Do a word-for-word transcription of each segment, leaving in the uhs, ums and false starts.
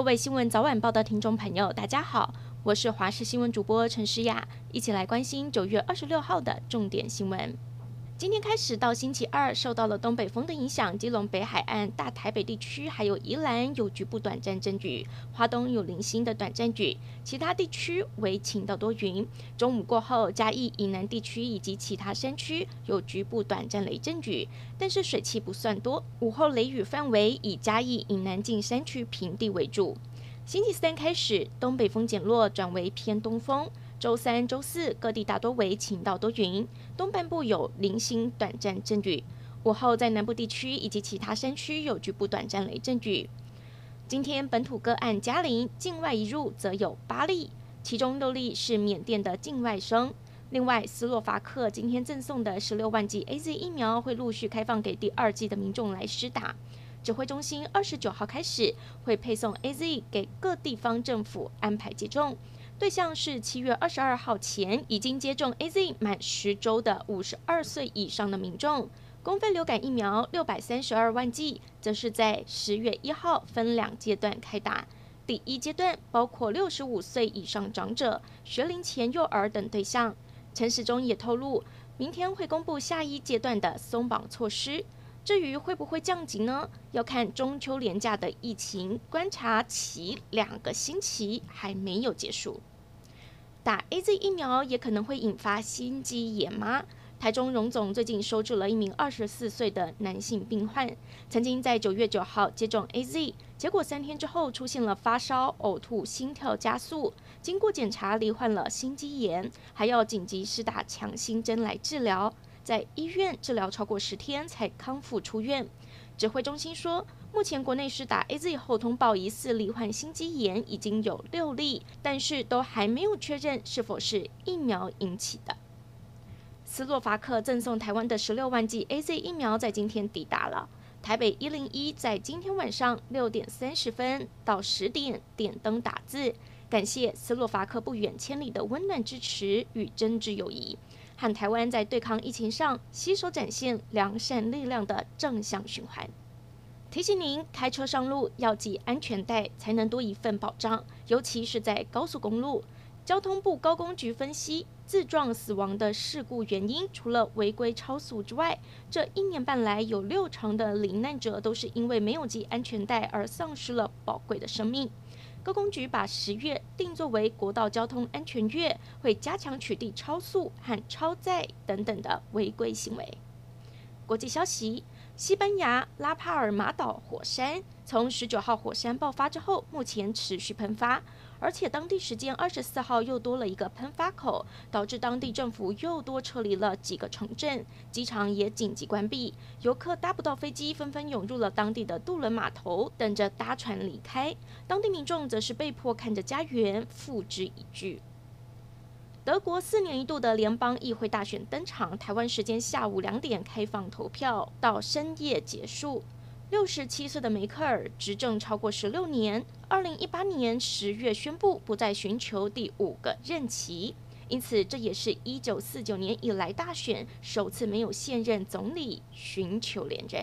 位新闻早晚报的听众朋友，大家好，我是华视新闻主播陈诗雅，一起来关心九月二十六号的重点新闻。今天开始到星期二，受到了东北风的影响，基隆北海岸、大台北地区还有宜兰有局部短暂阵雨，花东有零星的短暂雨，其他地区为晴到多云。中午过后，嘉义以南地区以及其他山区有局部短暂雷阵雨，但是水汽不算多。午后雷雨范围以嘉义以南近山区平地为主。星期三开始，东北风减弱，转为偏东风。周三、周四各地大多为晴到多云，东半部有零星短暂阵雨。午后在南部地区以及其他山区有局部短暂雷阵雨。今天本土个案加零，境外移入则有八例，其中六例是缅甸的境外生。另外，斯洛伐克今天赠送的十六万剂 A Z 疫苗会陆续开放给第二剂的民众来施打。指挥中心二十九号开始会配送 A Z 给各地方政府安排接种。对象是七月二十二号前已经接种 A Z 满十周的五十二岁以上的民众。公费流感疫苗六百三十二万剂，则是在十月一号分两阶段开打。第一阶段包括六十五岁以上长者、学龄前幼儿等对象。陈时中也透露，明天会公布下一阶段的松绑措施。至于会不会降级呢？要看中秋连假的疫情观察期，两个星期还没有结束。打 A Z 疫苗也可能会引发心肌炎吗？台中荣总最近收治了一名二十四岁的男性病患，曾经在九月九号接种 A Z， 结果三天之后出现了发烧、呕吐、心跳加速，经过检查罹患了心肌炎，还要紧急施打强心针来治疗。在医院治疗超过十天才康复出院。指挥中心说，目前国内施打 A Z 后通报疑似罹患心肌炎已经有六例，但是都还没有确认是否是疫苗引起的。斯洛伐克赠送台湾的十六万剂 A Z 疫苗在今天抵达了。台北一零一在今天晚上六点三十分到十点点灯打字，感谢斯洛伐克不远千里的温暖支持与真挚友谊，和台湾在对抗疫情上携手展现良善力量的正向循环。提醒您，开车上路要系安全带，才能多一份保障，尤其是在高速公路。交通部高工局分析，自撞死亡的事故原因，除了违规超速之外，这一年半来有六成的罹难者都是因为没有系安全带而丧失了宝贵的生命。高工局把十月定作为国道交通安全月，会加强取缔超速和超载等等的违规行为。国际消息，西班牙拉帕尔马岛火山从十九号火山爆发之后，目前持续喷发，而且当地时间二十四号又多了一个喷发口，导致当地政府又多撤离了几个城镇，机场也紧急关闭，游客搭不到飞机，纷纷涌入了当地的渡轮码头，等着搭船离开。当地民众则是被迫看着家园付之一炬。德国四年一度的联邦议会大选登场，台湾时间下午两点开放投票，到深夜结束。六十七岁的梅克尔执政超过十六年，二零一八年十月宣布不再寻求第五个任期，因此这也是一九四九年以来大选首次没有现任总理寻求连任。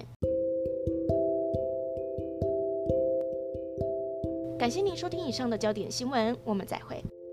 感谢您收听以上的焦点新闻，我们再会。